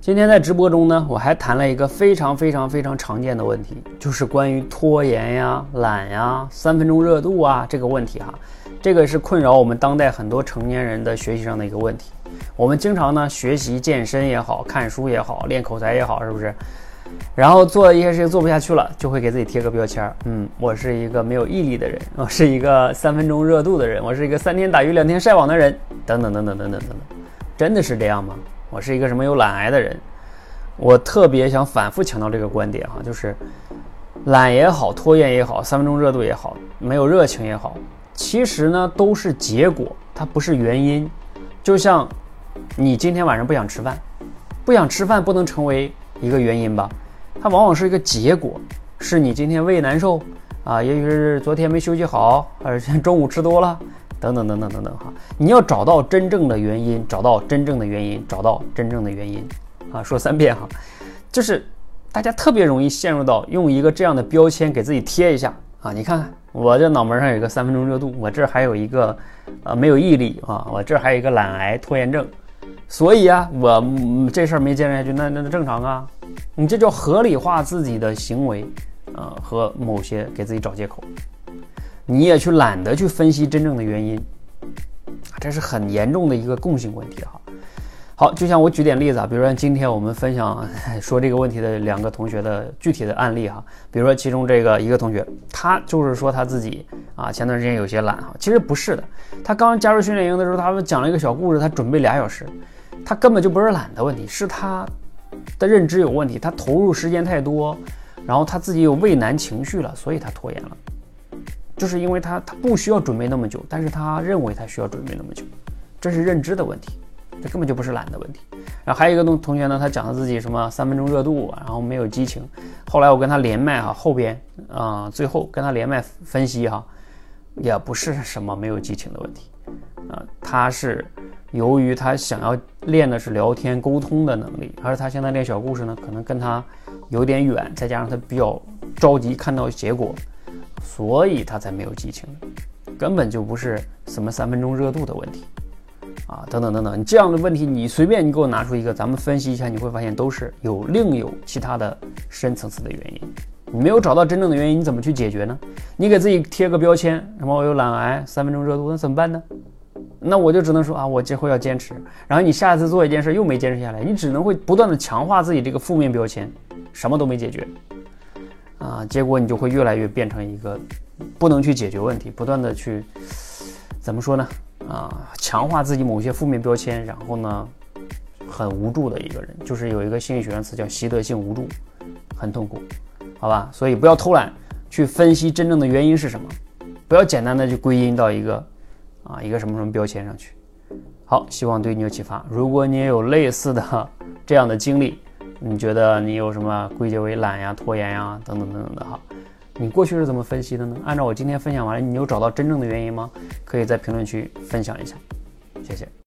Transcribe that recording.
今天在直播中呢，我还谈了一个非常常见的问题，就是关于拖延呀、懒呀、3分钟热度啊这个问题哈。这个是困扰我们当代很多成年人的学习上的一个问题。我们经常呢学习健身也好，看书也好，练口才也好，是不是？然后做一些事情做不下去了，就会给自己贴个标签，我是一个没有毅力的人，我是一个3分钟热度的人，我是一个3天打鱼2天晒网的人，等等，真的是这样吗？我是一个什么有懒癌的人？我特别想反复强调这个观点哈，就是懒也好，拖延也好，3分钟热度也好，没有热情也好，其实呢都是结果，它不是原因。就像你今天晚上不想吃饭，不能成为一个原因吧，它往往是一个结果，是你今天胃难受啊，也许是昨天没休息好，而且中午吃多了，等等哈。你要找到真正的原因，找到真正的原因啊，说3遍哈。就是大家特别容易陷入到用一个这样的标签给自己贴一下啊，你看看我这脑门上有一个3分钟热度，我这还有一个没有毅力啊，我这还有一个懒癌拖延症，所以啊我这事儿没坚持下去，那正常啊。你这叫合理化自己的行为和某些给自己找借口，你也去懒得去分析真正的原因，这是很严重的一个共性问题哈。好，就像我举点例子啊，比如说今天我们分享说这个问题的2个同学的具体的案例哈。比如说其中这个一个同学，他就是说他自己前段时间有些懒哈，其实不是的，他刚加入训练营的时候，他们讲了一个小故事，他准备2小时，他根本就不是懒的问题，是他的认知有问题，他投入时间太多，然后他自己有畏难情绪了，所以他拖延了，就是因为他不需要准备那么久，但是他认为他需要准备那么久，这是认知的问题，这根本就不是懒的问题。然后还有一个同学呢，他讲了自己什么3分钟热度，然后没有激情。后来我跟他连麦哈，后边最后跟他连麦分析哈，也不是什么没有激情的问题他是由于他想要练的是聊天沟通的能力，而他现在练小故事呢，可能跟他有点远，再加上他比较着急看到结果，所以他才没有激情，根本就不是什么3分钟热度的问题等等，你这样的问题你随便你给我拿出一个，咱们分析一下，你会发现都是另有其他的深层次的原因。你没有找到真正的原因，你怎么去解决呢？你给自己贴个标签，什么我有懒癌3分钟热度，那怎么办呢？那我就只能说我这回要坚持，然后你下次做一件事又没坚持下来，你只能会不断的强化自己这个负面标签，什么都没解决结果你就会越来越变成一个不能去解决问题，不断的去怎么说呢强化自己某些负面标签，然后呢很无助的一个人，就是有一个心理学上词叫习得性无助，很痛苦，好吧？所以不要偷懒去分析真正的原因是什么，不要简单的去归因到一个什么标签上去。好，希望对你有启发。如果你也有类似的这样的经历，你觉得你有什么归结为懒呀、拖延呀等等的哈，你过去是怎么分析的呢？按照我今天分享完了，你有找到真正的原因吗？可以在评论区分享一下，谢谢。